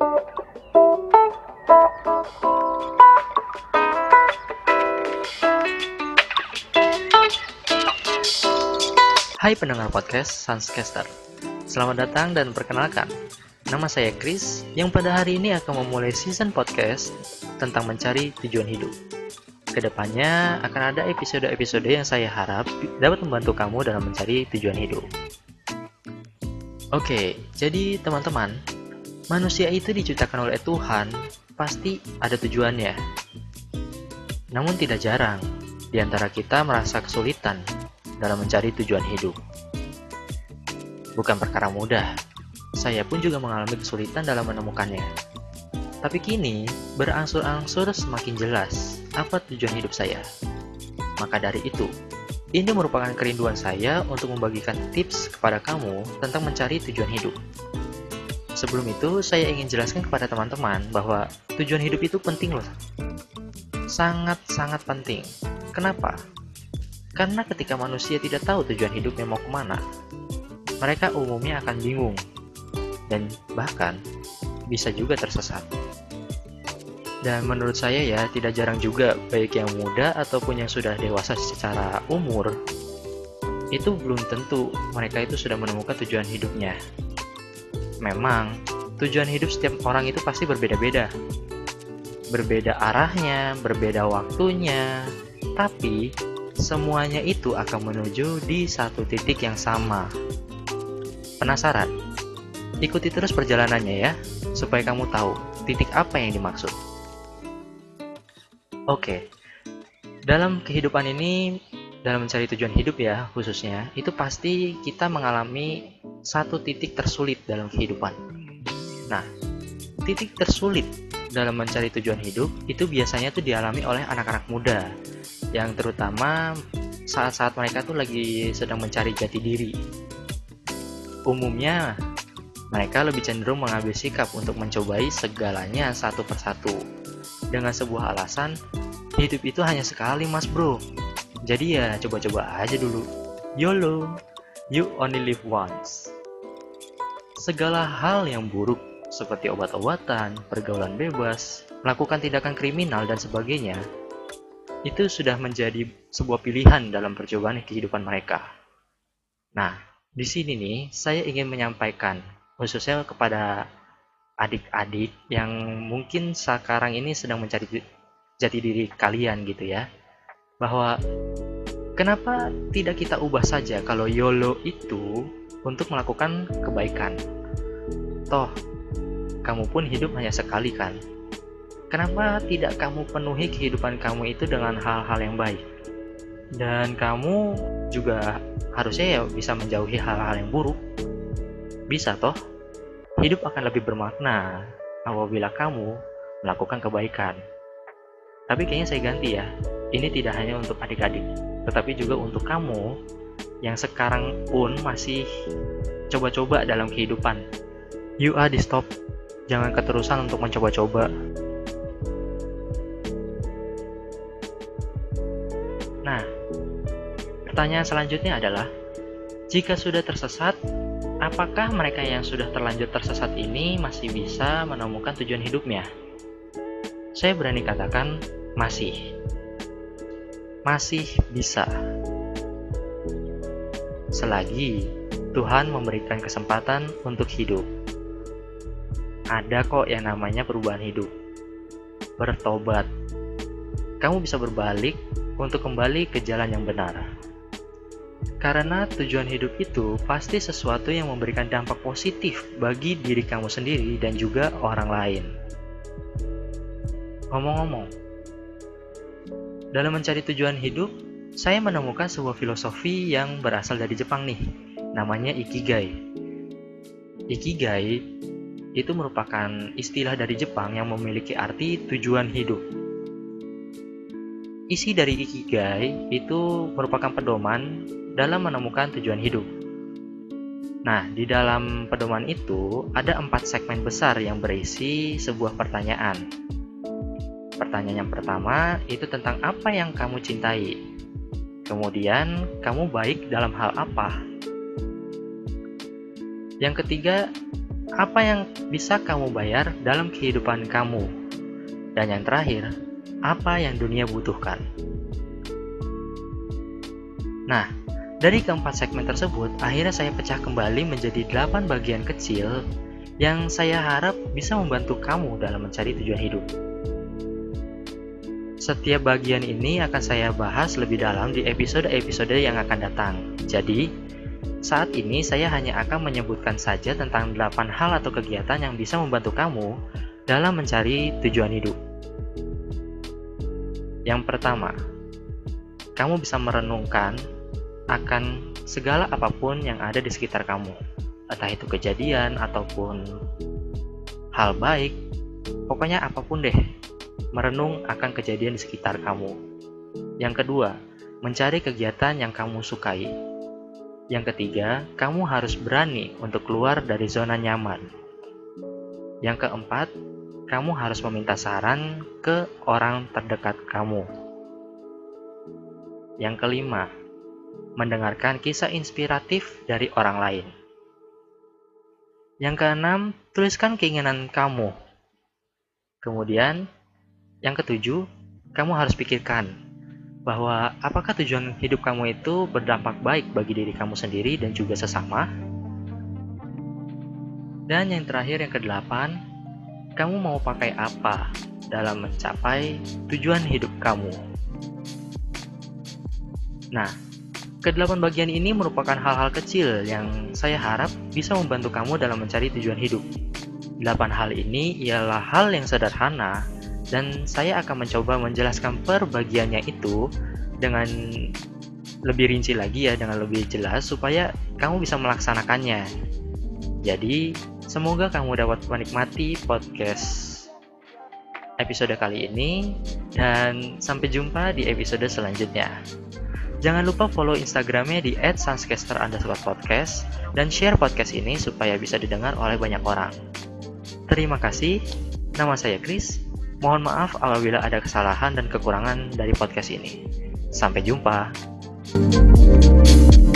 Hai pendengar podcast Sanscaster, selamat datang dan perkenalkan. Nama saya Chris, yang pada hari ini akan memulai season podcast tentang mencari tujuan hidup. Kedepannya akan ada episode-episode yang saya harap dapat membantu kamu dalam mencari tujuan hidup. Oke, jadi teman-teman, manusia itu diciptakan oleh Tuhan, pasti ada tujuannya. Namun tidak jarang, di antara kita merasa kesulitan dalam mencari tujuan hidup. Bukan perkara mudah, saya pun juga mengalami kesulitan dalam menemukannya. Tapi kini, berangsur-angsur semakin jelas apa tujuan hidup saya. Maka dari itu, ini merupakan kerinduan saya untuk membagikan tips kepada kamu tentang mencari tujuan hidup. Sebelum itu, saya ingin jelaskan kepada teman-teman bahwa tujuan hidup itu penting loh. Sangat-sangat penting. Kenapa? Karena ketika manusia tidak tahu tujuan hidupnya mau kemana, mereka umumnya akan bingung, dan bahkan bisa juga tersesat. Dan menurut saya ya, tidak jarang juga baik yang muda ataupun yang sudah dewasa secara umur, itu belum tentu mereka itu sudah menemukan tujuan hidupnya. Memang, tujuan hidup setiap orang itu pasti berbeda-beda. Berbeda arahnya, berbeda waktunya, tapi semuanya itu akan menuju di satu titik yang sama. Penasaran? Ikuti terus perjalanannya ya, supaya kamu tahu titik apa yang dimaksud. Oke, dalam kehidupan ini, dalam mencari tujuan hidup ya khususnya, itu pasti kita mengalami satu titik tersulit dalam kehidupan. Nah, titik tersulit dalam mencari tujuan hidup itu biasanya tuh dialami oleh anak-anak muda, yang terutama saat-saat mereka tuh lagi sedang mencari jati diri. Umumnya, mereka lebih cenderung mengambil sikap untuk mencobai segalanya satu persatu, dengan sebuah alasan, hidup itu hanya sekali mas bro, jadi ya coba-coba aja dulu. YOLO, you only live once. Segala hal yang buruk, seperti obat-obatan, pergaulan bebas, melakukan tindakan kriminal dan sebagainya, itu sudah menjadi sebuah pilihan dalam percobaan kehidupan mereka. Nah, di sini nih saya ingin menyampaikan khususnya kepada adik-adik yang mungkin sekarang ini sedang mencari jati diri kalian gitu ya, bahwa kenapa tidak kita ubah saja kalau YOLO itu untuk melakukan kebaikan. Toh, kamu pun hidup hanya sekali kan? Kenapa tidak kamu penuhi kehidupan kamu itu dengan hal-hal yang baik? Dan kamu juga harusnya ya bisa menjauhi hal-hal yang buruk. Bisa toh? Hidup akan lebih bermakna apabila kamu melakukan kebaikan. Tapi kayaknya saya ganti ya. Ini tidak hanya untuk adik-adik, tetapi juga untuk kamu yang sekarang pun masih coba-coba dalam kehidupan. You are di stop. Jangan keterusan untuk mencoba-coba. Nah, pertanyaan selanjutnya adalah, jika sudah tersesat, apakah mereka yang sudah terlanjur tersesat ini masih bisa menemukan tujuan hidupnya? Saya berani katakan masih. Masih bisa. Selagi Tuhan memberikan kesempatan untuk hidup. Ada kok yang namanya perubahan hidup. Bertobat. Kamu bisa berbalik untuk kembali ke jalan yang benar. Karena tujuan hidup itu pasti sesuatu yang memberikan dampak positif bagi diri kamu sendiri dan juga orang lain. Ngomong-ngomong, dalam mencari tujuan hidup, saya menemukan sebuah filosofi yang berasal dari Jepang nih, namanya Ikigai. Ikigai itu merupakan istilah dari Jepang yang memiliki arti tujuan hidup. Isi dari Ikigai itu merupakan pedoman dalam menemukan tujuan hidup. Nah, di dalam pedoman itu ada 4 segmen besar yang berisi sebuah pertanyaan. Pertanyaan yang pertama itu tentang apa yang kamu cintai. Kemudian, kamu baik dalam hal apa? Yang ketiga, apa yang bisa kamu bayar dalam kehidupan kamu? Dan yang terakhir, apa yang dunia butuhkan? Nah, dari keempat segmen tersebut, akhirnya saya pecah kembali menjadi 8 bagian kecil yang saya harap bisa membantu kamu dalam mencari tujuan hidup. Setiap bagian ini akan saya bahas lebih dalam di episode-episode yang akan datang. Jadi, saat ini saya hanya akan menyebutkan saja tentang 8 hal atau kegiatan yang bisa membantu kamu dalam mencari tujuan hidup. Yang pertama, kamu bisa merenungkan akan segala apapun yang ada di sekitar kamu. Entah itu kejadian ataupun hal baik, pokoknya apapun deh. Merenung akan kejadian di sekitar kamu. Yang kedua, mencari kegiatan yang kamu sukai. Yang ketiga, kamu harus berani untuk keluar dari zona nyaman. Yang keempat, kamu harus meminta saran ke orang terdekat kamu. Yang kelima, mendengarkan kisah inspiratif dari orang lain. Yang keenam, tuliskan keinginan kamu. Kemudian, yang ketujuh, kamu harus pikirkan bahwa apakah tujuan hidup kamu itu berdampak baik bagi diri kamu sendiri dan juga sesama. Dan yang terakhir, yang kedelapan, kamu mau pakai apa dalam mencapai tujuan hidup kamu. Nah, kedelapan bagian ini merupakan hal-hal kecil yang saya harap bisa membantu kamu dalam mencari tujuan hidup. 8 hal ini ialah hal yang sederhana, dan saya akan mencoba menjelaskan per bagiannya itu dengan lebih rinci lagi ya, dengan lebih jelas supaya kamu bisa melaksanakannya. Jadi, semoga kamu dapat menikmati podcast episode kali ini, dan sampai jumpa di episode selanjutnya. Jangan lupa follow Instagramnya di @sanscaster_podcast dan share podcast ini supaya bisa didengar oleh banyak orang. Terima kasih, nama saya Chris. Mohon maaf apabila ada kesalahan dan kekurangan dari podcast ini. Sampai jumpa.